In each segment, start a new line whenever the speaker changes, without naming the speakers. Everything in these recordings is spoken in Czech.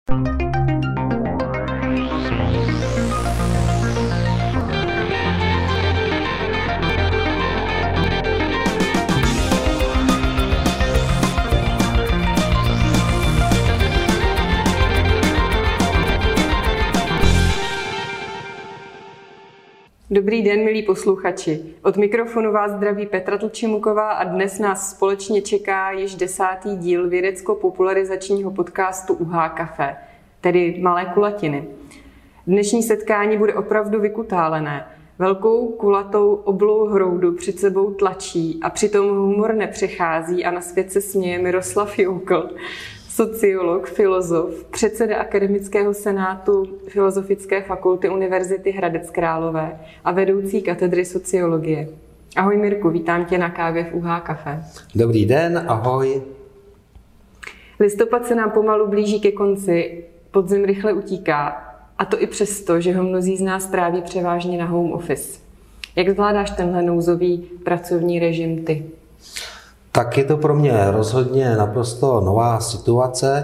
Dobrý den, milí posluchači. Od mikrofonu vás zdraví Petra Tlčimuková a dnes nás společně čeká již 10. díl vědecko-popularizačního podcastu UH Café, tedy Malé kulatiny. Dnešní setkání bude opravdu vykutálené. Velkou kulatou oblou hroudu před sebou tlačí a přitom humor nepřechází a na svět se směje Miroslav Joukl, sociolog, filozof, předseda Akademického senátu Filozofické fakulty Univerzity Hradec Králové a vedoucí katedry sociologie. Ahoj Mirku, vítám tě na kávě v UH Café.
Dobrý den, ahoj.
Listopad se nám pomalu blíží ke konci, podzim rychle utíká, a to i přesto, že ho mnozí z nás tráví převážně na home office. Jak zvládáš tenhle nouzový pracovní režim ty?
Tak je to pro mě rozhodně naprosto nová situace,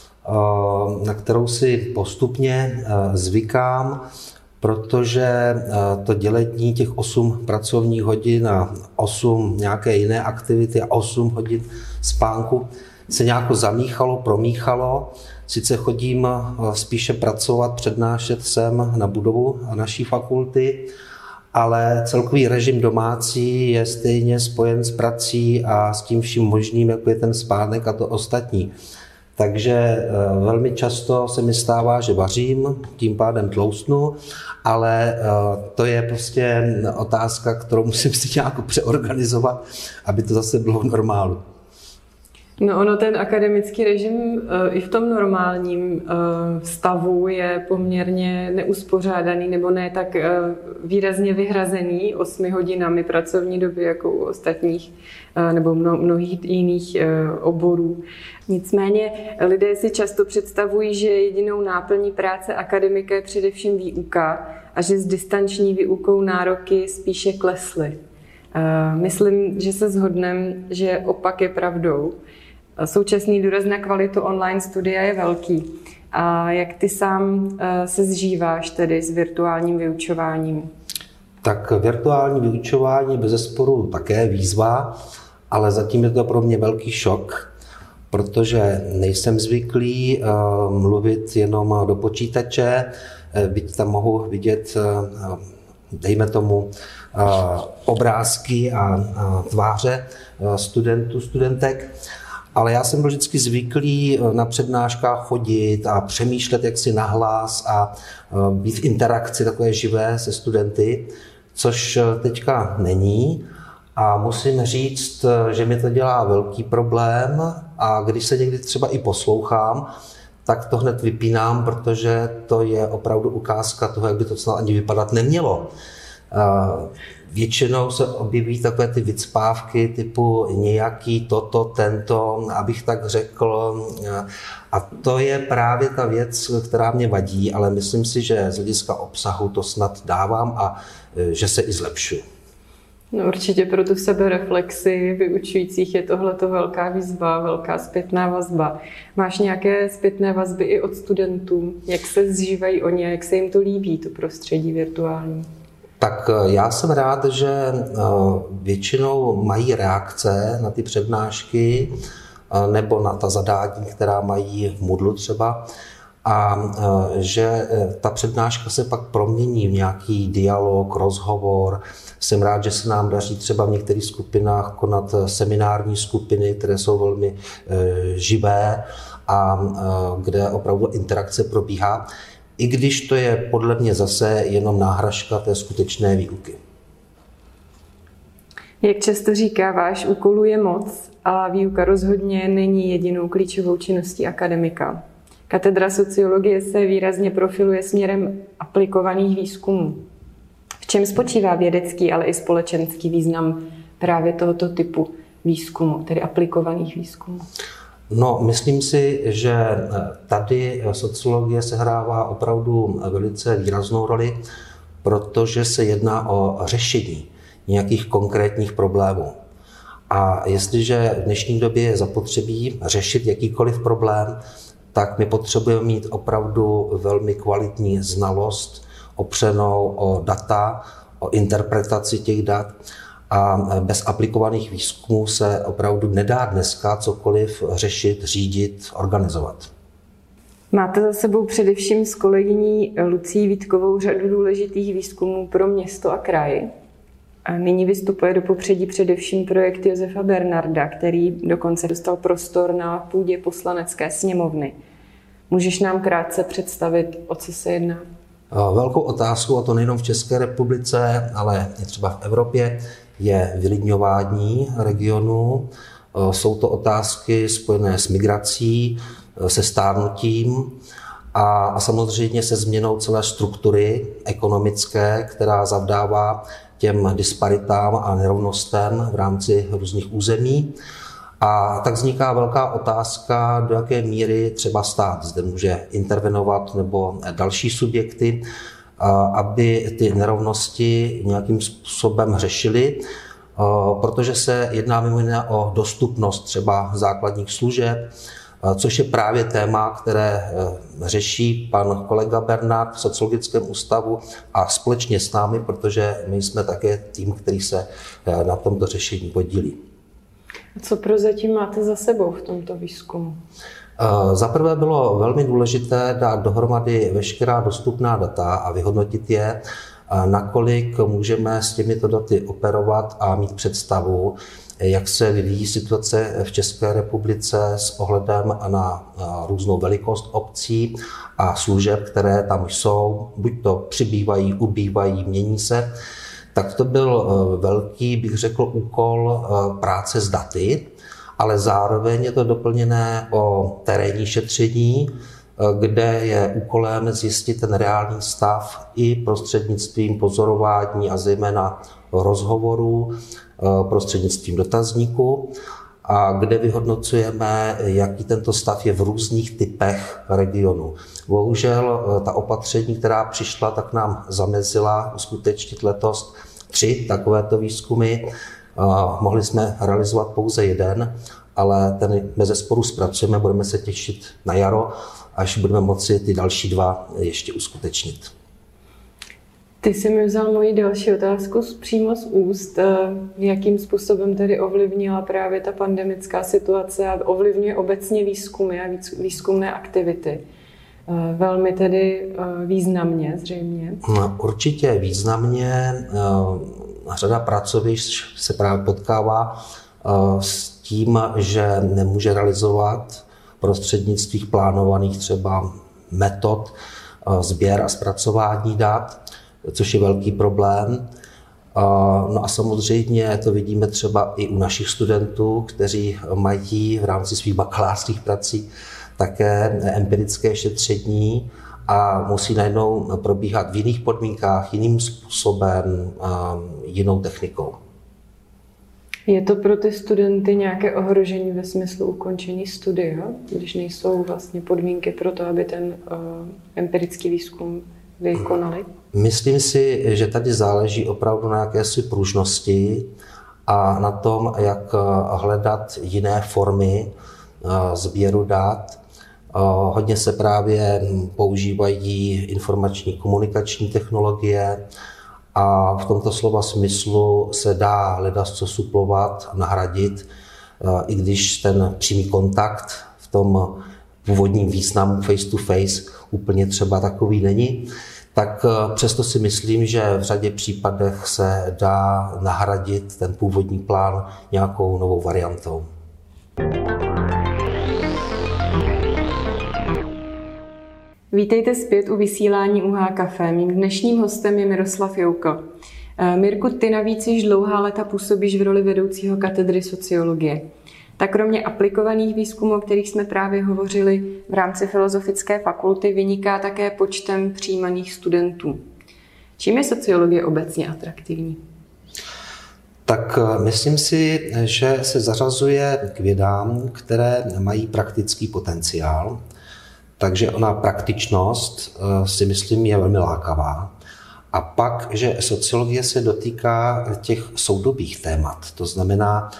na kterou si postupně zvykám, protože to dělení těch 8 pracovních hodin a 8 nějaké jiné aktivity a 8 hodin spánku se nějak zamíchalo, promíchalo. Sice chodím spíše pracovat, přednášet sem na budovu naší fakulty, ale celkový režim domácí je stejně spojen s prací a s tím vším možným, jako je ten spánek a to ostatní. Takže velmi často se mi stává, že vařím, tím pádem tloustnu, ale to je prostě otázka, kterou musím si nějak přeorganizovat, aby to zase bylo v normálu.
No ono, ten akademický režim i v tom normálním stavu je poměrně neuspořádaný nebo ne tak výrazně vyhrazený 8 hodinami pracovní doby jako u ostatních nebo mnohých jiných oborů. Nicméně lidé si často představují, že jedinou náplní práce akademika je především výuka a že s distanční výukou nároky spíše klesly. Myslím, že se shodneme, že opak je pravdou. Současný důraz na kvalitu online studia je velký. A jak ty sám se zžíváš tedy s virtuálním vyučováním?
Tak virtuální vyučování bezesporu také výzva, ale zatím je to pro mě velký šok, protože nejsem zvyklý mluvit jenom do počítače, byť tam mohu vidět, dejme tomu, obrázky a tváře studentů, studentek. Ale já jsem byl vždycky zvyklý na přednáškách chodit a přemýšlet jaksi nahlas a být v interakci takové živé se studenty, což teďka není. A musím říct, že mi to dělá velký problém a když se někdy třeba i poslouchám, tak to hned vypínám, protože to je opravdu ukázka toho, jak by to snad ani vypadat nemělo. Většinou se objeví takové ty vycpávky typu nějaký toto, tento, abych tak řekl. A to je právě ta věc, která mě vadí, ale myslím si, že z hlediska obsahu to snad dávám a že se i zlepšuji.
No určitě pro tu sebereflexi vyučujících je tohleto velká výzva, velká zpětná vazba. Máš nějaké zpětné vazby i od studentů? Jak se zžívají oni, jak se jim to líbí, to prostředí virtuální?
Tak já jsem rád, že většinou mají reakce na ty přednášky nebo na ta zadání, která mají v Moodlu třeba, a že ta přednáška se pak promění v nějaký dialog, rozhovor. Jsem rád, že se nám daří třeba v některých skupinách konat seminární skupiny, které jsou velmi živé a kde opravdu interakce probíhá. I když to je podle mě zase jenom náhražka té skutečné výuky.
Jak často říkáváš, úkolů je moc a výuka rozhodně není jedinou klíčovou činností akademika. Katedra sociologie se výrazně profiluje směrem aplikovaných výzkumů. V čem spočívá vědecký, ale i společenský význam právě tohoto typu výzkumu, tedy aplikovaných výzkumů?
No, myslím si, že tady sociologie sehrává opravdu velice výraznou roli, protože se jedná o řešení nějakých konkrétních problémů. A jestliže v dnešní době je zapotřebí řešit jakýkoliv problém, tak my potřebujeme mít opravdu velmi kvalitní znalost opřenou o data, o interpretaci těch dat a bez aplikovaných výzkumů se opravdu nedá dneska cokoliv řešit, řídit, organizovat.
Máte za sebou především s kolegyní Lucí Vítkovou řadu důležitých výzkumů pro město a kraj. A nyní vystupuje do popředí především projekt Josefa Bernarda, který dokonce dostal prostor na půdě Poslanecké sněmovny. Můžeš nám krátce představit, o co se jedná?
Velkou otázkou, a to nejenom v České republice, ale i třeba v Evropě, je vylidňování regionu. Jsou to otázky spojené s migrací, se stárnutím a samozřejmě se změnou celé struktury ekonomické, která zavdává těm disparitám a nerovnostem v rámci různých území. A tak vzniká velká otázka, do jaké míry třeba stát zde může intervenovat nebo další subjekty, aby ty nerovnosti nějakým způsobem řešily, protože se jedná mimo jiné o dostupnost třeba základních služeb, což je právě téma, které řeší pan kolega Bernard v Sociologickém ústavu a společně s námi, protože my jsme také tým, který se na tomto řešení podílí.
A co prozatím máte za sebou v tomto výzkumu?
Za prvé bylo velmi důležité dát dohromady veškerá dostupná data a vyhodnotit je, nakolik můžeme s těmito daty operovat a mít představu, jak se vyvíjí situace v České republice s ohledem na různou velikost obcí a služeb, které tam jsou, buď to přibývají, ubývají, mění se. Tak to byl velký, bych řekl, úkol práce s daty, ale zároveň je to doplněné o terénní šetření, kde je úkolem zjistit ten reálný stav i prostřednictvím pozorování a zejména rozhovorů, prostřednictvím dotazníku, a kde vyhodnocujeme, jaký tento stav je v různých typech regionu. Bohužel ta opatření, která přišla, tak nám zamezila uskutečnit letos 3 takovéto výzkumy. Mohli jsme realizovat pouze jeden, ale ten bezesporu zpracujeme, budeme se těšit na jaro, až budeme moci ty další 2 ještě uskutečnit.
Ty jsi mi vzal moji další otázku přímo z úst. Jakým způsobem tedy ovlivnila právě ta pandemická situace a ovlivňuje obecně výzkumy a výzkumné aktivity? Velmi tedy významně zřejmě.
Určitě významně. Řada pracovišť se právě potkává s tím, že nemůže realizovat prostřednictvím plánovaných třeba metod sběr a zpracování dat, což je velký problém. No a samozřejmě to vidíme třeba i u našich studentů, kteří mají v rámci svých bakalářských prací také empirické šetření a musí najednou probíhat v jiných podmínkách, jiným způsobem, jinou technikou.
Je to pro ty studenty nějaké ohrožení ve smyslu ukončení studia, když nejsou vlastně podmínky pro to, aby ten empirický výzkum vykonali?
Myslím si, že tady záleží opravdu na jakési pružnosti a na tom, jak hledat jiné formy sběru dat. Hodně se právě používají informační komunikační technologie a v tomto slova smyslu se dá ledasco suplovat, nahradit, i když ten přímý kontakt v tom původním významu face to face úplně třeba takový není, tak přesto si myslím, že v řadě případech se dá nahradit ten původní plán nějakou novou variantou.
Vítejte zpět u vysílání UH Café. Mým dnešním hostem je Miroslav Joukl. Mirku, ty navíc již dlouhá léta působíš v roli vedoucího katedry sociologie. Tak kromě aplikovaných výzkumů, o kterých jsme právě hovořili v rámci Filozofické fakulty, vyniká také počtem přijímaných studentů. Čím je sociologie obecně atraktivní?
Tak myslím si, že se zařazuje k vědám, které mají praktický potenciál. Takže ona praktičnost si myslím je velmi lákavá. A pak, že sociologie se dotýká těch soudobých témat, to znamená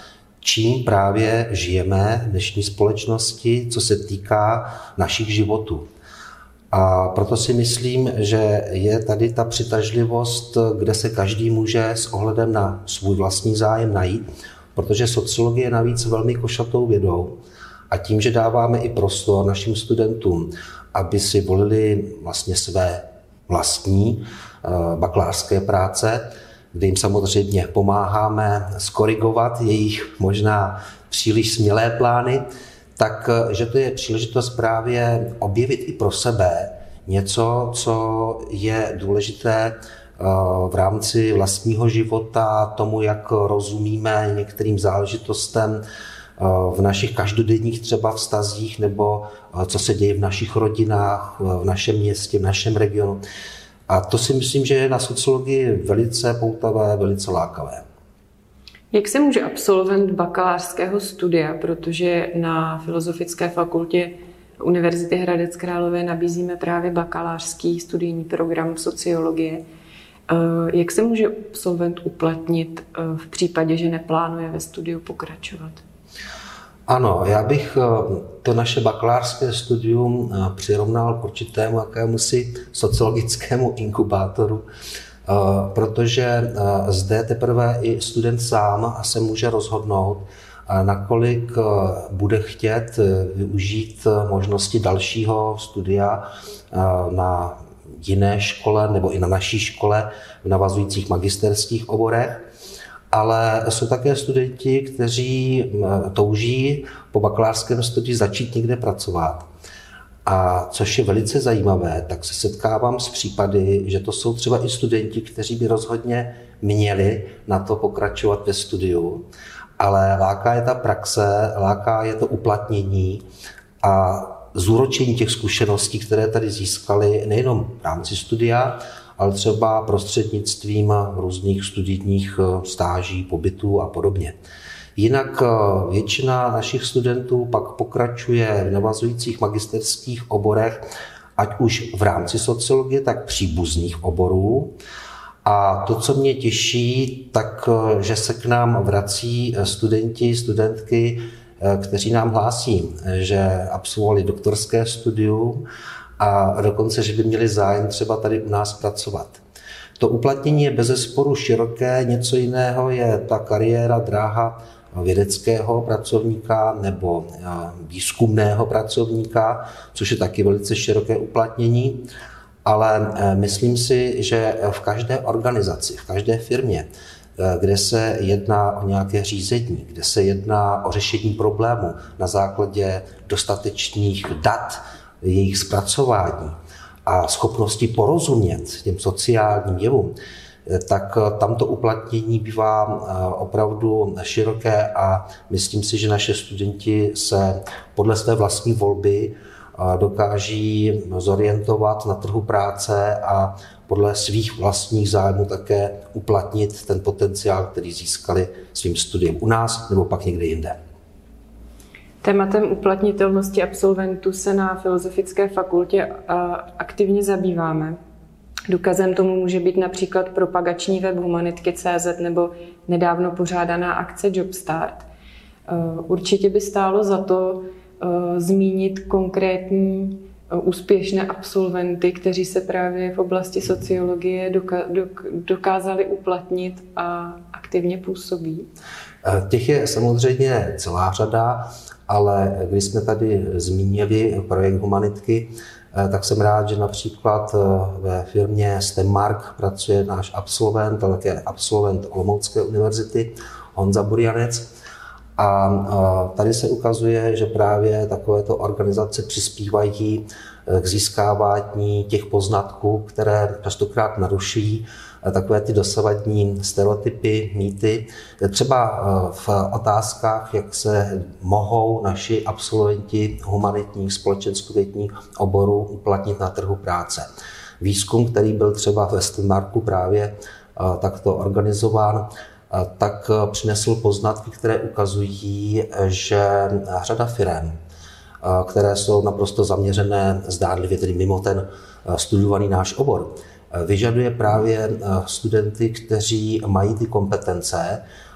čím právě žijeme v dnešní společnosti, co se týká našich životů. A proto si myslím, že je tady ta přitažlivost, kde se každý může s ohledem na svůj vlastní zájem najít, protože sociologie je navíc velmi košatou vědou a tím, že dáváme i prostor našim studentům, aby si volili vlastně své vlastní bakalářské práce, kde jim samozřejmě pomáháme skorigovat jejich možná příliš smělé plány, takže to je příležitost právě objevit i pro sebe něco, co je důležité v rámci vlastního života, tomu, jak rozumíme některým záležitostem v našich každodenních třeba vztazích, nebo co se děje v našich rodinách, v našem městě, v našem regionu. A to si myslím, že je na sociologii velice poutavé, velice lákavé.
Jak se může absolvent bakalářského studia, protože na Filozofické fakultě Univerzity Hradec Králové nabízíme právě bakalářský studijní program sociologie, jak se může absolvent uplatnit v případě, že neplánuje ve studiu pokračovat?
Ano, já bych to naše bakalářské studium přirovnal k určitému jakémusi sociologickému inkubátoru, protože zde teprve i student sám se může rozhodnout, nakolik bude chtět využít možnosti dalšího studia na jiné škole nebo i na naší škole v navazujících magisterských oborech. Ale jsou také studenti, kteří touží po bakalářském studiu začít někde pracovat. A což je velice zajímavé, tak se setkávám s případy, že to jsou třeba i studenti, kteří by rozhodně měli na to pokračovat ve studiu, ale láká je ta praxe, láká je to uplatnění a zúročení těch zkušeností, které tady získali nejenom v rámci studia, ale třeba prostřednictvím různých studijních stáží, pobytů a podobně. Jinak většina našich studentů pak pokračuje v navazujících magisterských oborech, ať už v rámci sociologie, tak příbuzných oborů. A to, co mě těší, tak že se k nám vrací studenti, studentky, kteří nám hlásí, že absolvovali doktorské studium a dokonce, že by měli zájem třeba tady u nás pracovat. To uplatnění je bezesporu široké, něco jiného je ta kariéra, dráha vědeckého pracovníka nebo výzkumného pracovníka, což je taky velice široké uplatnění, ale myslím si, že v každé organizaci, v každé firmě, kde se jedná o nějaké řízení, kde se jedná o řešení problému na základě dostatečných dat, jejich zpracování a schopnosti porozumět těm sociálním jevům, tak tamto uplatnění bývá opravdu široké a myslím si, že naše studenti se podle své vlastní volby dokáží zorientovat na trhu práce a podle svých vlastních zájmů také uplatnit ten potenciál, který získali svým studiem u nás nebo pak někde jinde.
Tématem uplatnitelnosti absolventů se na Filozofické fakultě aktivně zabýváme. Důkazem tomu může být například propagační web humanitky.cz nebo nedávno pořádaná akce Jobstart. Určitě by stálo za to zmínit konkrétní úspěšné absolventy, kteří se právě v oblasti sociologie dokázali uplatnit a aktivně působí.
Těch je samozřejmě celá řada, ale když jsme tady zmínili projekt Humanitky, tak jsem rád, že například ve firmě STEMmark pracuje náš absolvent, ale také absolvent Olomoucké univerzity Honza Burjanec. A tady se ukazuje, že právě takovéto organizace přispívají k získávání těch poznatků, které častokrát naruší takové ty dosavadní stereotypy, mýty. Třeba v otázkách, jak se mohou naši absolventi humanitních, společenskovědních oborů uplatnit na trhu práce. Výzkum, který byl třeba ve STEMmarku právě takto organizován, tak přinesl poznatky, které ukazují, že řada firem, které jsou naprosto zaměřené zdánlivě tedy mimo ten studovaný náš obor, vyžaduje právě studenty, kteří mají ty kompetence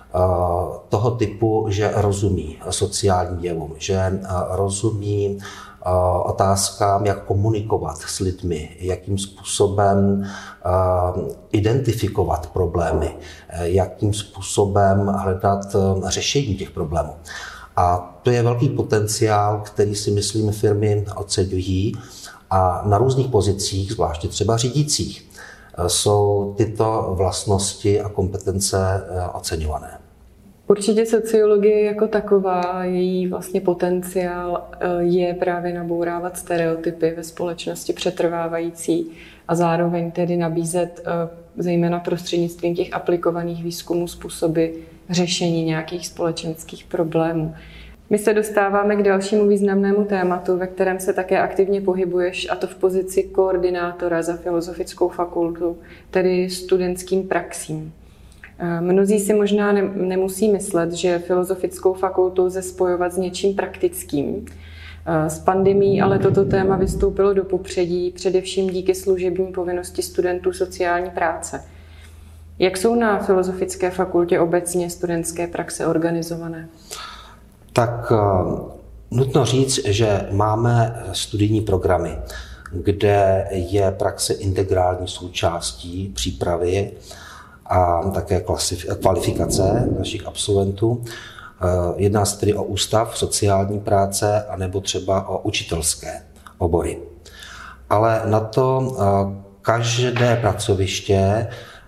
toho typu, že rozumí sociálním jevům, že rozumí otázkám, jak komunikovat s lidmi, jakým způsobem identifikovat problémy, jakým způsobem hledat řešení těch problémů. A to je velký potenciál, který si myslím firmy oceňují a na různých pozicích, zvláště třeba řídících, jsou tyto vlastnosti a kompetence oceňované.
Určitě sociologie jako taková, její vlastně potenciál je právě nabourávat stereotypy ve společnosti přetrvávající a zároveň tedy nabízet zejména prostřednictvím těch aplikovaných výzkumů způsoby řešení nějakých společenských problémů. My se dostáváme k dalšímu významnému tématu, ve kterém se také aktivně pohybuješ, a to v pozici koordinátora za Filozofickou fakultu, tedy studentským praxím. Mnozí si možná nemusí myslet, že Filozofickou fakultu lze spojovat s něčím praktickým. S pandemií ale toto téma vystoupilo do popředí, především díky služební povinnosti studentů sociální práce. Jak jsou na Filozofické fakultě obecně studentské praxe organizované?
Tak nutno říct, že máme studijní programy, kde je praxe integrální součástí přípravy a také kvalifikace našich absolventů. Jedná se tedy o ústav sociální práce anebo třeba o učitelské obory. Ale na to každé pracoviště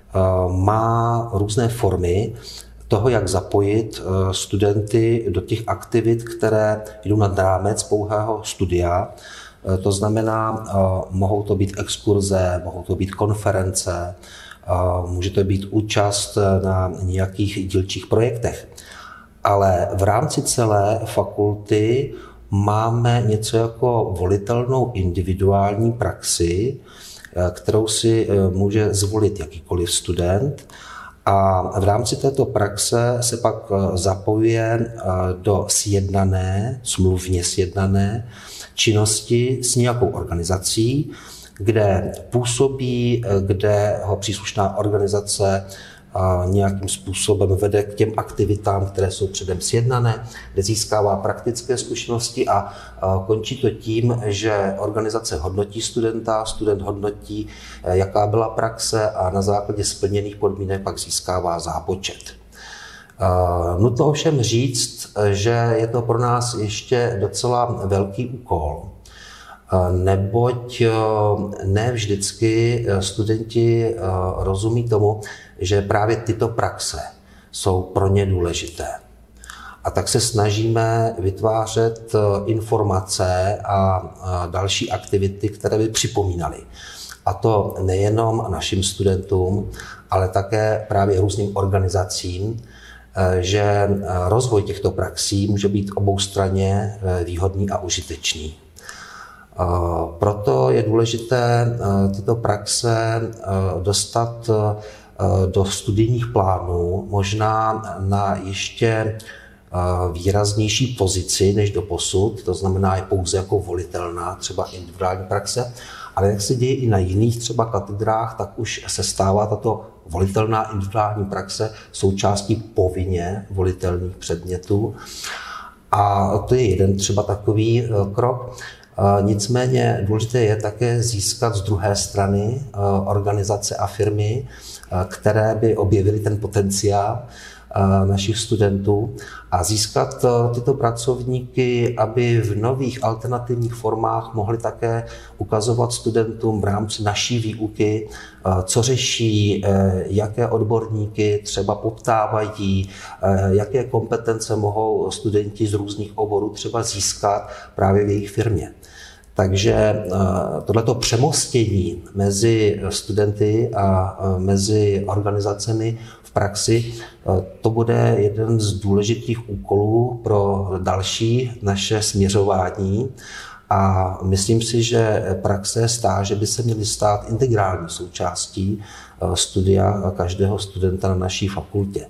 má různé formy toho, jak zapojit studenty do těch aktivit, které jdou nad rámec pouhého studia. To znamená, mohou to být exkurze, mohou to být konference, může to být účast na nějakých dílčích projektech. Ale v rámci celé fakulty máme něco jako volitelnou individuální praxi, kterou si může zvolit jakýkoliv student. A v rámci této praxe se pak zapojuje do smluvně sjednané činnosti s nějakou organizací, kde působí, kde ho příslušná organizace nějakým způsobem vede k těm aktivitám, které jsou předem sjednané, kde získává praktické zkušenosti a končí to tím, že organizace hodnotí studenta, student hodnotí, jaká byla praxe a na základě splněných podmínek pak získává zápočet. Nutno ovšem říct, že je to pro nás ještě docela velký úkol, neboť ne vždycky studenti rozumí tomu, že právě tyto praxe jsou pro ně důležité. A tak se snažíme vytvářet informace a další aktivity, které by připomínaly. A to nejenom našim studentům, ale také právě různým organizacím, že rozvoj těchto praxí může být oboustranně výhodný a užitečný. Proto je důležité tyto praxe dostat do studijních plánů, možná na ještě výraznější pozici než doposud, to znamená je pouze jako volitelná třeba individuální praxe, ale jak se děje i na jiných třeba katedrách, tak už se stává tato volitelná individuální praxe součástí povinně volitelných předmětů. A to je jeden třeba takový krok. Nicméně důležité je také získat z druhé strany organizace a firmy, které by objevily ten potenciál našich studentů a získat tyto pracovníky, aby v nových alternativních formách mohli také ukazovat studentům v rámci naší výuky, co řeší, jaké odborníky třeba poptávají, jaké kompetence mohou studenti z různých oborů třeba získat právě v jejich firmě. Takže tohleto přemostění mezi studenty a mezi organizacemi v praxi, to bude jeden z důležitých úkolů pro další naše směřování. A myslím si, že praxe, stáže by se měly stát integrální součástí studia každého studenta na naší fakultě.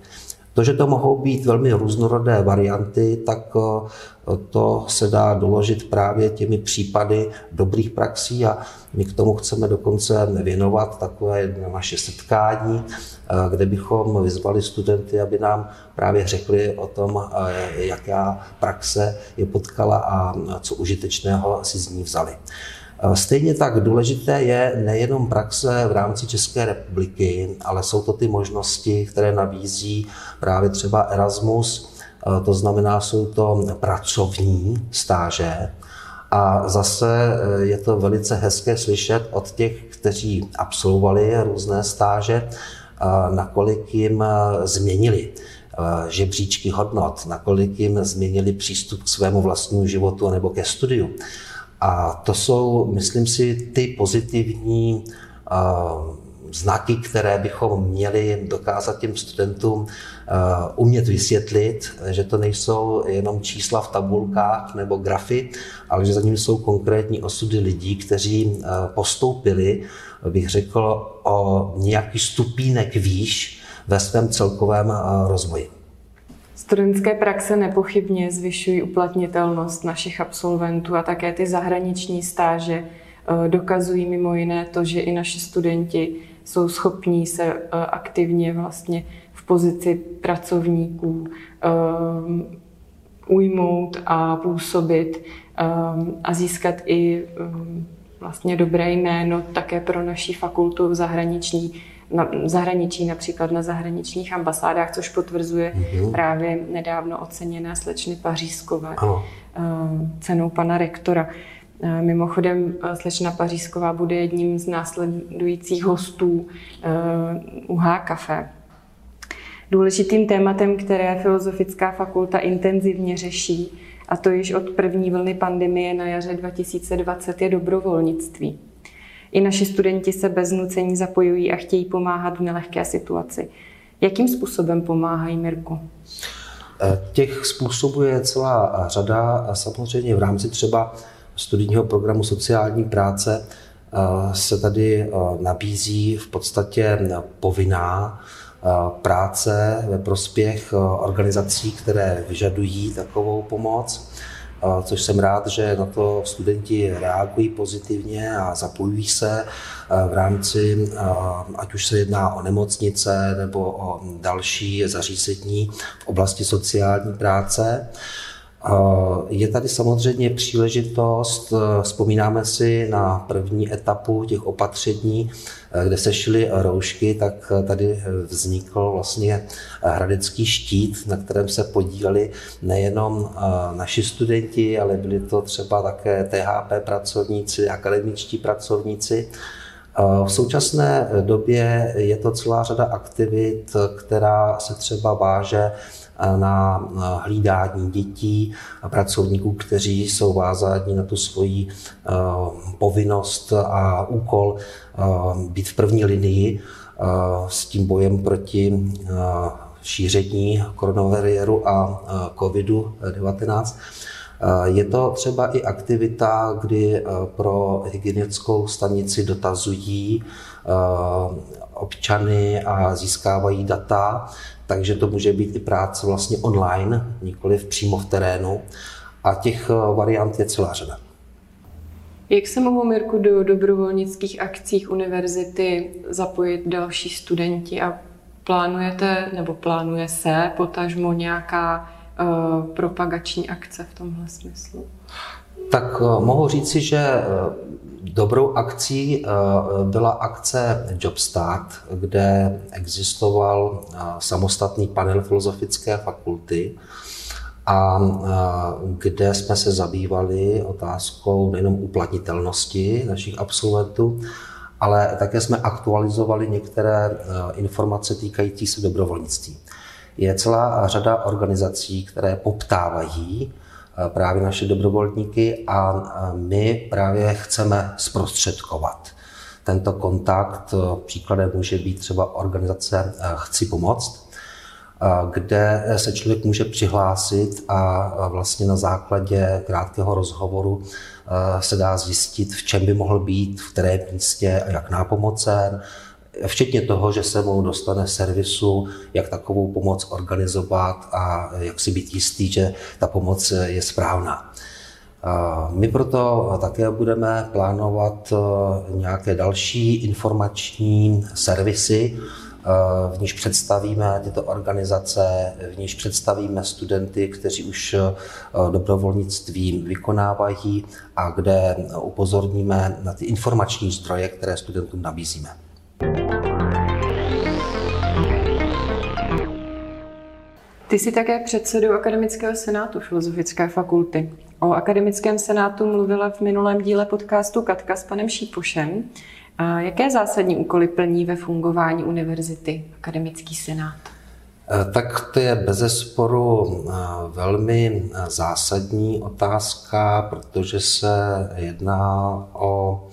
To, že to mohou být velmi různorodé varianty, tak to se dá doložit právě těmi případy dobrých praxí a my k tomu chceme dokonce věnovat takové naše setkání, kde bychom vyzvali studenty, aby nám právě řekli o tom, jaká praxe je potkala a co užitečného si z ní vzali. Stejně tak důležité je nejenom praxe v rámci České republiky, ale jsou to ty možnosti, které nabízí právě třeba Erasmus, to znamená, jsou to pracovní stáže. A zase je to velice hezké slyšet od těch, kteří absolvovali různé stáže, nakolik jim změnili žebříčky hodnot, nakolik jim změnili přístup k svému vlastnímu životu nebo ke studiu. A to jsou, myslím si, ty pozitivní znaky, které bychom měli dokázat těm studentům umět vysvětlit, že to nejsou jenom čísla v tabulkách nebo grafy, ale že za nimi jsou konkrétní osudy lidí, kteří postoupili, bych řekl, o nějaký stupínek výš ve svém celkovém rozvoji.
Studentské praxe nepochybně zvyšují uplatnitelnost našich absolventů a také ty zahraniční stáže dokazují mimo jiné to, že i naši studenti jsou schopní se aktivně vlastně v pozici pracovníků ujmout a působit a získat i vlastně dobré jméno také pro naši fakultu v zahraničí, například na zahraničních ambasádách, což potvrzuje právě nedávno oceněné slečny Pařízkové cenou pana rektora. Mimochodem, slečna Pařízková bude jedním z následujících hostů UH Café. Důležitým tématem, které Filozofická fakulta intenzivně řeší, a to již od první vlny pandemie na jaře 2020, je dobrovolnictví. I naši studenti se bez nucení zapojují a chtějí pomáhat v nelehké situaci. Jakým způsobem pomáhají, Mirku?
Těch způsobů je celá řada. A samozřejmě v rámci třeba studijního programu sociální práce se tady nabízí v podstatě povinná práce ve prospěch organizací, které vyžadují takovou pomoc, což jsem rád, že na to studenti reagují pozitivně a zapojují se v rámci, ať už se jedná o nemocnice nebo o další zařízení v oblasti sociální práce. Je tady samozřejmě příležitost, vzpomínáme si na první etapu těch opatření, kde se šily roušky, tak tady vznikl vlastně hradecký štít, na kterém se podíleli nejenom naši studenti, ale byli to třeba také THP pracovníci, akademičtí pracovníci. V současné době je to celá řada aktivit, která se třeba váže na hlídání dětí a pracovníků, kteří jsou vázáni na tu svoji povinnost a úkol být v první linii s tím bojem proti šíření koronaviru a COVID-19. Je to třeba i aktivita, kdy pro hygienickou stanici dotazují občany a získávají data, takže to může být i práce vlastně online, nikoliv přímo v terénu. A těch variant je celá řada.
Jak se mohou, Mirku, do dobrovolnických akcí univerzity zapojit další studenti a plánuje se potažmo nějaká propagační akce v tomhle smyslu?
Tak mohu říci, že dobrou akcí byla akce JobStart, kde existoval samostatný panel Filozofické fakulty a kde jsme se zabývali otázkou nejenom uplatnitelnosti našich absolventů, ale také jsme aktualizovali některé informace týkající se dobrovolnictví. Je celá řada organizací, které poptávají právě naše dobrovolníky a my právě chceme zprostředkovat tento kontakt. Příkladem může být třeba organizace Chci pomoct, kde se člověk může přihlásit a vlastně na základě krátkého rozhovoru se dá zjistit, v čem by mohl být, v kterém místě a jak nápomocen, Včetně toho, že se mu dostane servisu, jak takovou pomoc organizovat a jak si být jistý, že ta pomoc je správná. My proto také budeme plánovat nějaké další informační servisy, v níž představíme tyto organizace, v níž představíme studenty, kteří už dobrovolnictví vykonávají a kde upozorníme na ty informační zdroje, které studentům nabízíme.
Ty jsi také předsedou Akademického senátu Filozofické fakulty. O Akademickém senátu mluvila v minulém díle podcastu Katka s panem Šípošem. A jaké zásadní úkoly plní ve fungování univerzity Akademický senát?
Tak to je bezesporu velmi zásadní otázka, protože se jedná o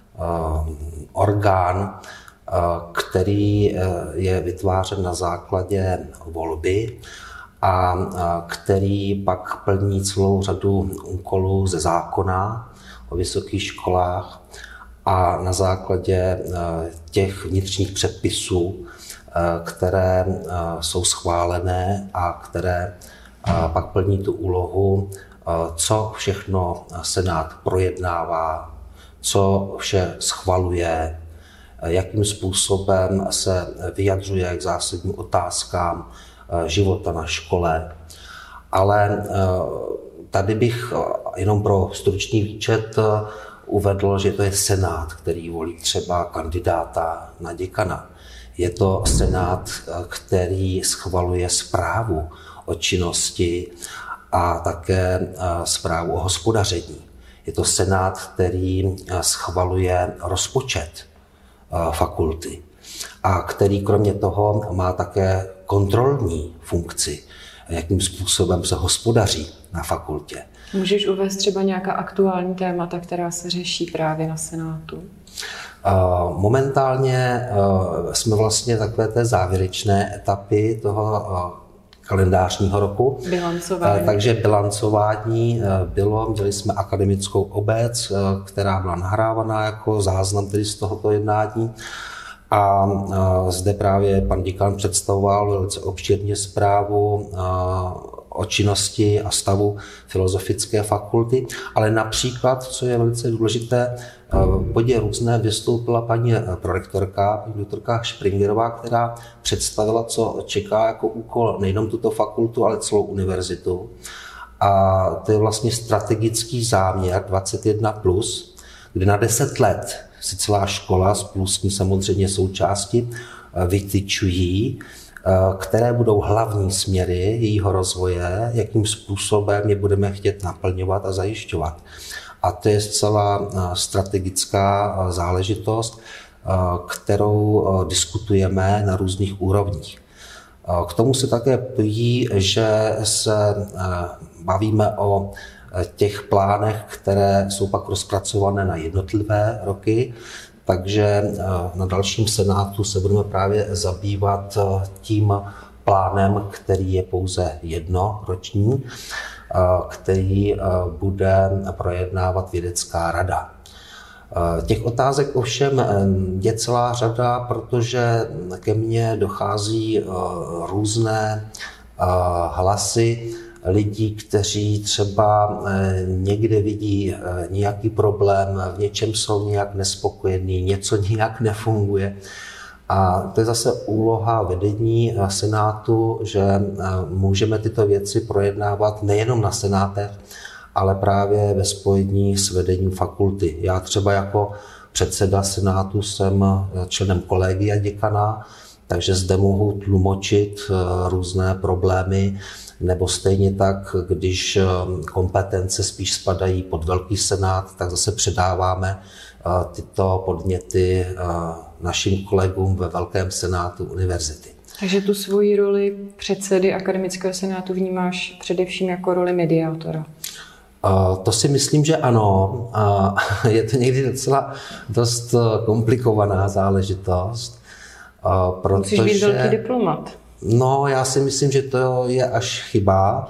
orgán, který je vytvářen na základě volby a který pak plní celou řadu úkolů ze zákona o vysokých školách a na základě těch vnitřních předpisů, které jsou schválené a které pak plní tu úlohu, co všechno senát projednává, co vše schvaluje, jakým způsobem se vyjadřuje k zásadním otázkám života na škole. Ale tady bych jenom pro stručný výčet uvedl, že to je senát, který volí třeba kandidáta na děkana. Je to senát, který schvaluje zprávu o činnosti a také zprávu o hospodaření. Je to senát, který schvaluje rozpočet fakulty a který kromě toho má také kontrolní funkci, jakým způsobem se hospodaří na fakultě.
Můžeš uvést třeba nějaká aktuální témata, která se řeší právě na senátu?
Momentálně jsme vlastně takové té závěrečné etapy toho kalendářního roku.
Bilancování.
Takže bilancování bylo, měli jsme akademickou obec, která byla nahrávaná jako záznam tedy z tohoto jednání. A zde právě pan děkan představoval velice obšírně zprávu o činnosti a stavu Filozofické fakulty, ale například, co je velice důležité, v bodě různé vystoupila paní prorektorka, paní doktorka Špringerová, která představila, co čeká jako úkol nejenom tuto fakultu, ale celou univerzitu. A to je vlastně strategický záměr 21+, kde na 10 let si celá škola spolu s ní samozřejmě součásti vytyčují, které budou hlavní směry jejího rozvoje, jakým způsobem je budeme chtět naplňovat a zajišťovat. A to je zcela strategická záležitost, kterou diskutujeme na různých úrovních. K tomu se také pojí, že se bavíme o těch plánech, které jsou pak rozpracované na jednotlivé roky, takže na dalším senátu se budeme právě zabývat tím plánem, který je pouze jednoroční, který bude projednávat vědecká rada. Těch otázek ovšem je celá řada, protože ke mně dochází různé hlasy lidí, kteří třeba někde vidí nějaký problém, v něčem jsou nějak nespokojení, něco nějak nefunguje. A to je zase úloha vedení senátu, že můžeme tyto věci projednávat nejenom na senátech, ale právě ve spojení s vedením fakulty. Já třeba jako předseda senátu jsem členem kolegia děkana, takže zde mohu tlumočit různé problémy, nebo stejně tak, když kompetence spíš spadají pod velký senát, tak zase předáváme tyto podněty našim kolegům ve velkém senátu univerzity.
Takže tu svoji roli předsedy Akademického senátu vnímáš především jako roli mediátora?
To si myslím, že ano. Je to někdy docela dost komplikovaná záležitost.
Musíš být velký diplomat.
No, já si myslím, že to je až chyba,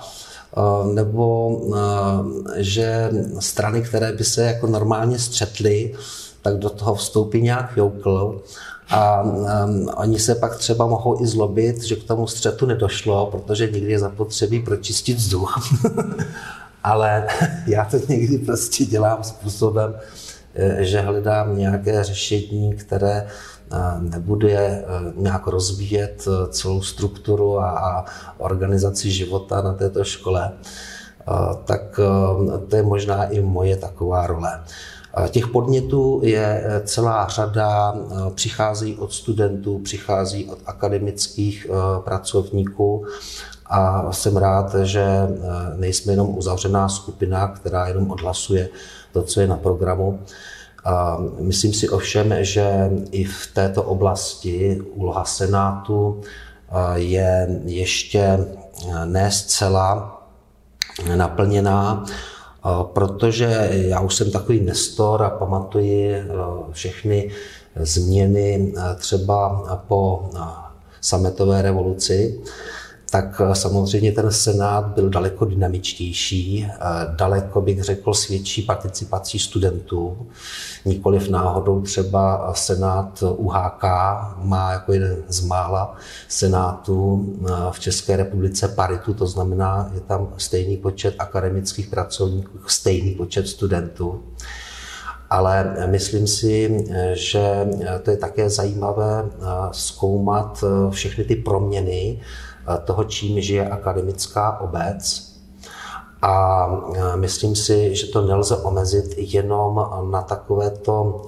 nebo že strany, které by se jako normálně střetly, tak do toho vstoupí nějak joukl a oni se pak třeba mohou i zlobit, že k tomu střetu nedošlo, protože někdy je zapotřebí pročistit vzduch. Ale já to někdy prostě dělám způsobem, že hledám nějaké řešení, které nebude nějak rozvíjet celou strukturu a organizaci života na této škole, tak to je možná i moje taková role. Těch podnětů je celá řada, přichází od studentů, přichází od akademických pracovníků a jsem rád, že nejsme jenom uzavřená skupina, která jenom odhlasuje to, co je na programu. Myslím si ovšem, že i v této oblasti úloha Senátu je ještě ne zcela naplněná, protože já už jsem takový nestor a pamatuji všechny změny třeba po sametové revoluci, tak samozřejmě ten Senát byl daleko dynamičtější, daleko bych řekl s větší participací studentů. Nikoliv náhodou třeba Senát UHK má jako jeden z mála senátů v České republice paritu, to znamená, je tam stejný počet akademických pracovníků, stejný počet studentů. Ale myslím si, že to je také zajímavé zkoumat všechny ty proměny toho, čím žije akademická obec. A myslím si, že to nelze omezit jenom na takovéto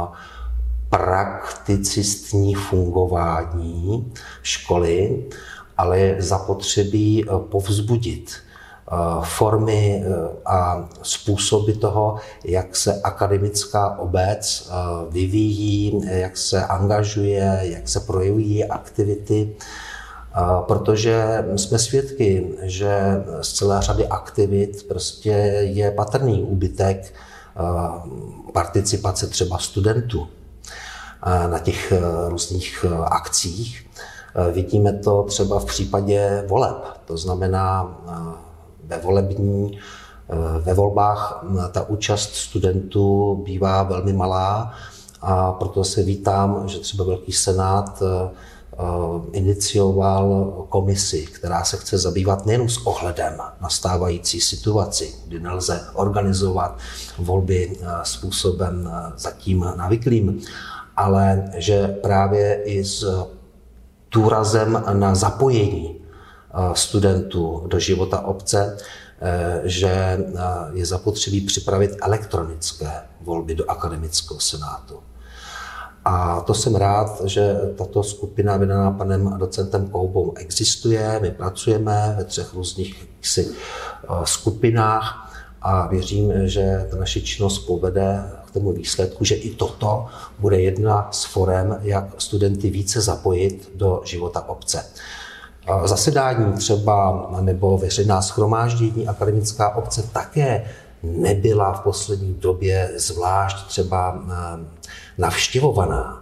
prakticistní fungování školy, ale je zapotřebí povzbudit formy a způsoby toho, jak se akademická obec vyvíjí, jak se angažuje, jak se projevují aktivity, protože jsme svědky, že z celé řady aktivit prostě je patrný úbytek participace třeba studentů na těch různých akcích. Vidíme to třeba v případě voleb, to znamená ve volbách ta účast studentů bývá velmi malá a proto se vítám, že třeba Velký senát inicioval komisi, která se chce zabývat nejen s ohledem na stávající situaci, kdy nelze organizovat volby způsobem zatím navyklým, ale že právě i s důrazem na zapojení studentů do života obce, že je zapotřebí připravit elektronické volby do akademického senátu. A to jsem rád, že tato skupina vedená panem docentem Koubou existuje. My pracujeme ve 3 různých skupinách a věřím, že ta naše činnost povede k tomu výsledku, že i toto bude jedna z forem, jak studenty více zapojit do života obce. Zasedání třeba nebo veřejná shromáždění akademická obce také nebyla v poslední době zvlášť třeba navštěvovaná.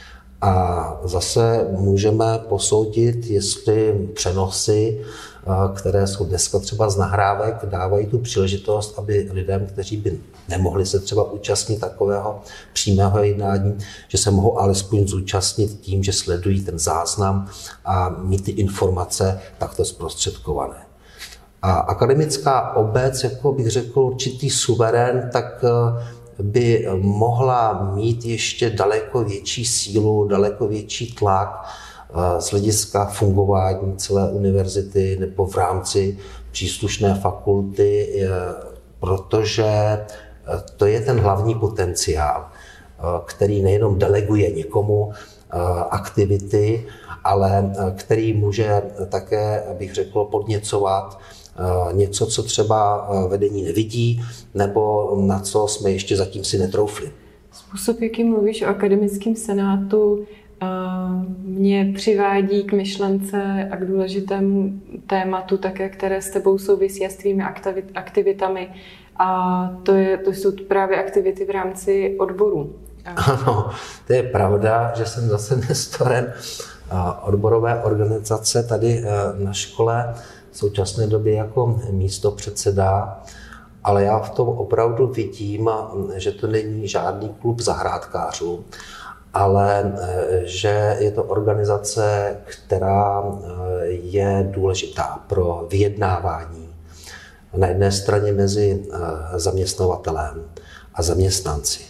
A zase můžeme posoudit, jestli přenosy, které jsou dneska třeba z nahrávek, dávají tu příležitost, aby lidem, kteří by nemohli se třeba účastnit takového přímého jednání, že se mohou alespoň zúčastnit tím, že sledují ten záznam a mít ty informace takto zprostředkované. A akademická obec, jako bych řekl, určitý suverén, tak by mohla mít ještě daleko větší sílu, daleko větší tlak z hlediska fungování celé univerzity nebo v rámci příslušné fakulty, protože to je ten hlavní potenciál, který nejenom deleguje někomu aktivity, ale který může také, bych řekl, podněcovat něco, co třeba vedení nevidí, nebo na co jsme ještě zatím si netroufli.
Způsob, jaký mluvíš o akademickém senátu, mě přivádí k myšlence a k důležitému tématu, také, které s tebou souvisí a s tvými aktivitami. A to jsou právě aktivity v rámci odboru.
Ano, to je pravda, že jsem zase nestorem odborové organizace tady na škole v současné době jako místopředseda ale já v tom opravdu vidím, že to není žádný klub zahrádkářů, ale že je to organizace, která je důležitá pro vyjednávání na jedné straně mezi zaměstnavatelem a zaměstnanci.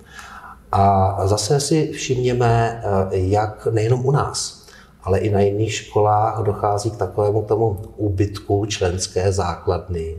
A zase si všimněme, jak nejenom u nás, ale i na jiných školách dochází k takovému tomu úbytku členské základny,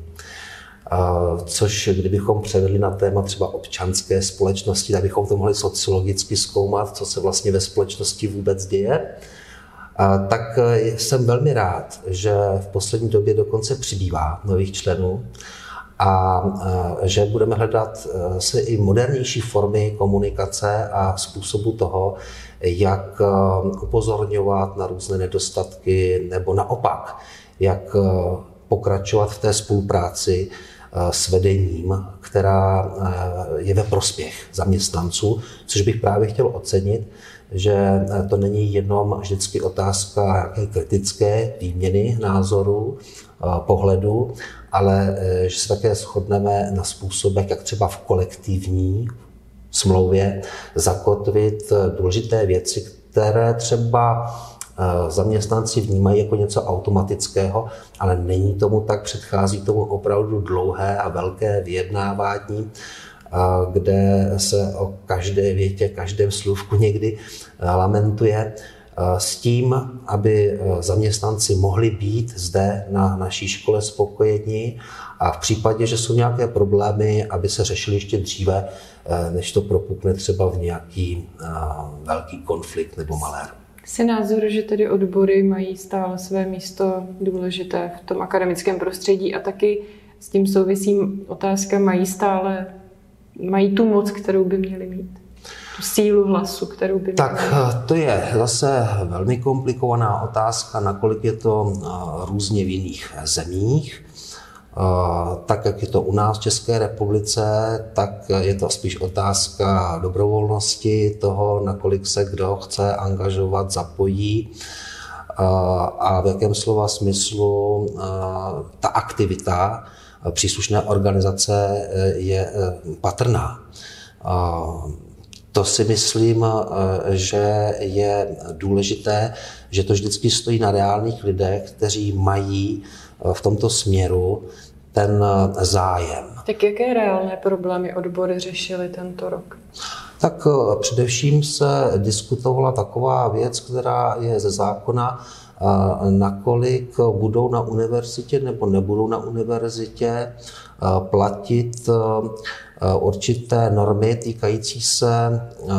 což kdybychom převedli na téma třeba občanské společnosti, tak bychom to mohli sociologicky zkoumat, co se vlastně ve společnosti vůbec děje. Tak jsem velmi rád, že v poslední době dokonce přibývá nových členů a že budeme hledat se i modernější formy komunikace a způsobu toho, jak upozorňovat na různé nedostatky nebo naopak, jak pokračovat v té spolupráci s vedením, která je ve prospěch zaměstnanců, což bych právě chtěl ocenit, že to není jenom vždycky otázka nějaké kritické výměny názorů, pohledu, ale že se také shodneme na způsobech, jak třeba v kolektivní smlouvě zakotvit důležité věci, které třeba zaměstnanci vnímají jako něco automatického, ale není tomu tak, předchází tomu opravdu dlouhé a velké vyjednávání, kde se o každé větě, každém slůvku někdy lamentuje, s tím, aby zaměstnanci mohli být zde na naší škole spokojení a v případě, že jsou nějaké problémy, aby se řešili ještě dříve, než to propukne třeba v nějaký velký konflikt nebo malér.
Jsi názor, že tedy odbory mají stále své místo důležité v tom akademickém prostředí a taky s tím souvisí otázka, mají tu moc, kterou by měli mít? Tu sílu hlasu, kterou by měli
Tak
mít?
to je zase velmi komplikovaná otázka, nakolik je to různě v jiných zemích. Tak, jak je to u nás v České republice, tak je to spíš otázka dobrovolnosti, toho, nakolik se kdo chce angažovat, zapojí a v jakém slova smyslu ta aktivita příslušné organizace je patrná. To si myslím, že je důležité, že to vždycky stojí na reálných lidech, kteří mají v tomto směru ten zájem.
Tak jaké reálné problémy odbory řešily tento rok?
Tak především se diskutovala taková věc, která je ze zákona, nakolik budou na univerzitě nebo nebudou na univerzitě platit určité normy týkající se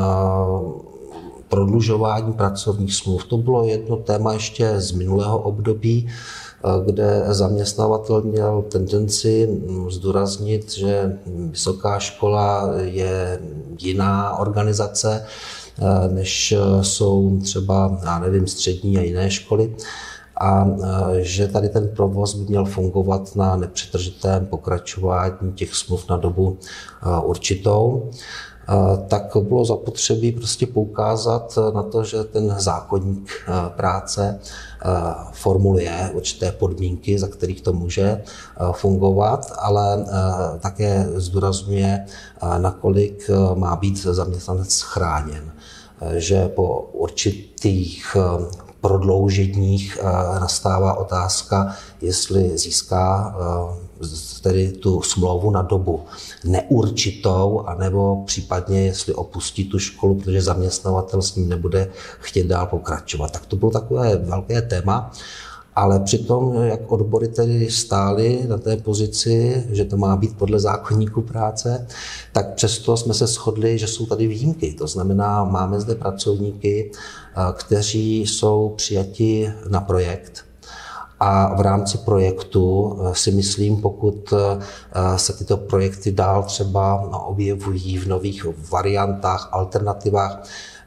prodlužování pracovních smluv. To bylo jedno téma ještě z minulého období, kde zaměstnavatel měl tendenci zdůraznit, že vysoká škola je jiná organizace, než jsou třeba, já nevím, střední a jiné školy. A že tady ten provoz by měl fungovat na nepřetržitém pokračování těch smluv na dobu určitou, tak bylo zapotřebí prostě poukázat na to, že ten zákoník práce formuluje určité podmínky, za kterých to může fungovat, ale také zdůrazňuje, nakolik má být zaměstnanec chráněn. Že po určitých prodlouženích nastává otázka, jestli získá tedy tu smlouvu na dobu neurčitou, anebo případně jestli opustí tu školu, protože zaměstnavatel s ním nebude chtět dál pokračovat. Tak to bylo takové velké téma, ale přitom, jak odbory tedy stály na té pozici, že to má být podle zákoníku práce, tak přesto jsme se shodli, že jsou tady výjimky. To znamená, máme zde pracovníky, kteří jsou přijati na projekt. A v rámci projektu si myslím, pokud se tyto projekty dál třeba objevují v nových variantách, alternativách,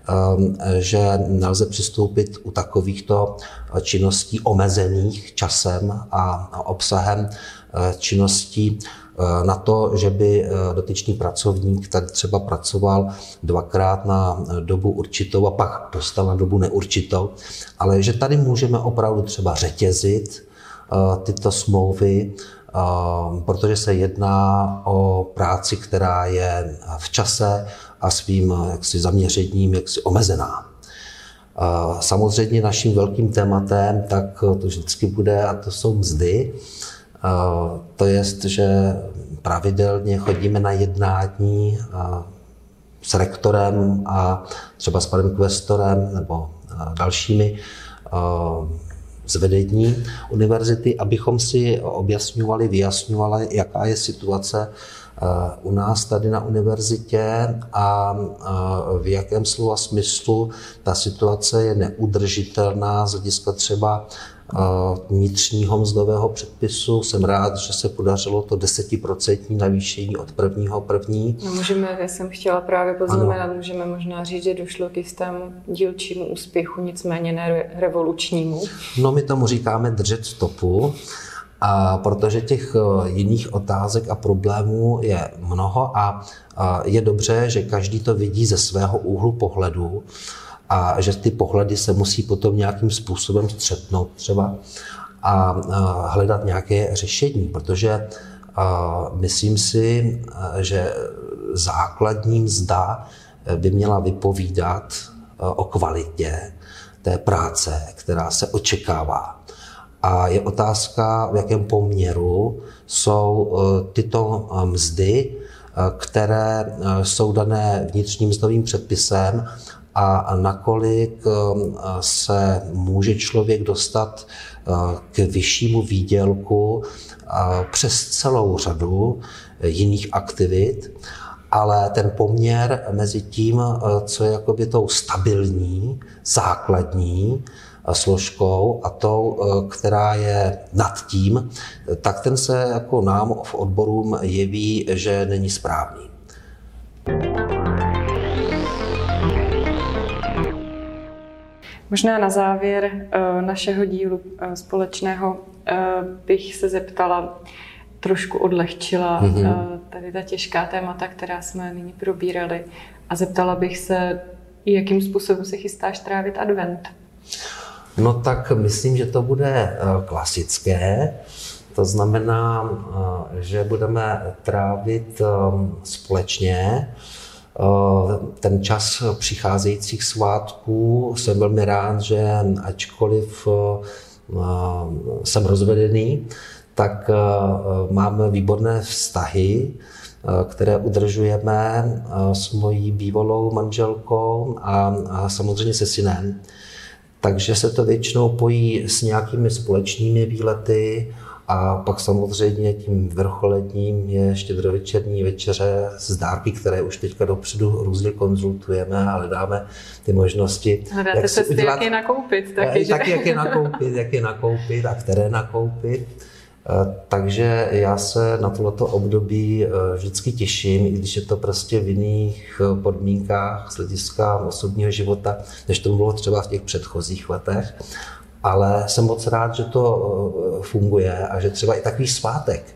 že nelze přistoupit u takovýchto činností omezených časem a obsahem činností na to, že by dotyčný pracovník tady třeba pracoval dvakrát na dobu určitou a pak dostal na dobu neurčitou, ale že tady můžeme opravdu třeba řetězit tyto smlouvy protože se jedná o práci, která je v čase a svým zaměřením omezená. Samozřejmě naším velkým tématem, tak to vždycky bude, a to jsou mzdy. To je, že pravidelně chodíme na jednání s rektorem a třeba s panem kvestorem nebo dalšími z vedení univerzity, abychom si objasňovali, vyjasňovali, jaká je situace u nás tady na univerzitě a v jakém slova smyslu ta situace je neudržitelná z hlediska třeba vnitřního mzdového předpisu. Jsem rád, že se podařilo to 10% navýšení od 1.1.
No můžeme, já jsem chtěla právě poznamenat, můžeme možná říct, že došlo k jistému dílčímu úspěchu, nicméně ne revolučnímu.
No my tomu říkáme držet stopu, a protože těch jiných otázek a problémů je mnoho a je dobře, že každý to vidí ze svého úhlu pohledu a že ty pohledy se musí potom nějakým způsobem střetnout třeba a hledat nějaké řešení, protože myslím si, že základní mzda by měla vypovídat o kvalitě té práce, která se očekává. A je otázka, v jakém poměru jsou tyto mzdy, které jsou dané vnitřním mzdovým předpisem a nakolik se může člověk dostat k vyššímu výdělku přes celou řadu jiných aktivit, ale ten poměr mezi tím, co je jakoby tou stabilní, základní složkou a tou, která je nad tím, tak ten se jako nám v odborům jeví, že není správný.
Možná na závěr našeho dílu společného bych se zeptala, trošku odlehčila tady ta těžká témata, která jsme nyní probírali, a zeptala bych se, jakým způsobem se chystáš trávit advent.
No tak myslím, že to bude klasické. To znamená, že budeme trávit společně ten čas přicházejících svátků. Jsem velmi rád, že ačkoliv jsem rozvedený, tak máme výborné vztahy, které udržujeme s mojí bývalou manželkou a samozřejmě se synem. Takže se to většinou pojí s nějakými společnými výlety a pak samozřejmě tím vrcholetním je štědrovečerní večeře s dárky, které už teďka dopředu různě konzultujeme a hledáme ty možnosti.
Hledáte cesty, udělat, jak je nakoupit. Taky,
jak je nakoupit a které nakoupit. Takže já se na tohleto období vždycky těším, i když je to prostě v jiných podmínkách z hlediska osobního života, než to bylo třeba v těch předchozích letech. Ale jsem moc rád, že to funguje a že třeba i takový svátek,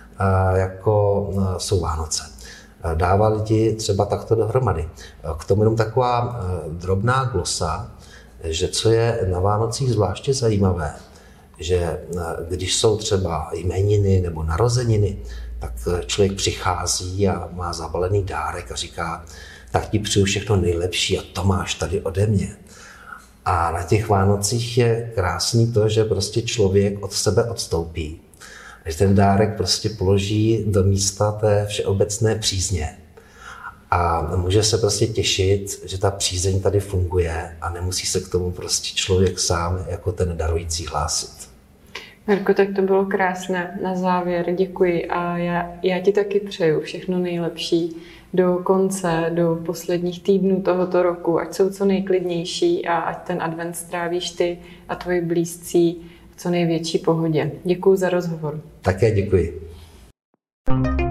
jako jsou Vánoce, dává lidi třeba takto dohromady. K tomu jenom taková drobná glosa, že co je na Vánocích zvláště zajímavé, že když jsou třeba jmeniny nebo narozeniny, tak člověk přichází a má zabalený dárek a říká, tak ti přeju všechno nejlepší a to máš tady ode mě. A na těch Vánocích je krásný to, že prostě člověk od sebe odstoupí. Že ten dárek prostě položí do místa té všeobecné přízně. A může se prostě těšit, že ta přízeň tady funguje a nemusí se k tomu prostě člověk sám jako ten darující hlásit.
Marko, tak to bylo krásné. Na závěr děkuji a já ti taky přeju všechno nejlepší do konce, do posledních týdnů tohoto roku, ať jsou co nejklidnější a ať ten advent strávíš ty a tvoji blízcí v co největší pohodě. Děkuji za rozhovor.
Také děkuji.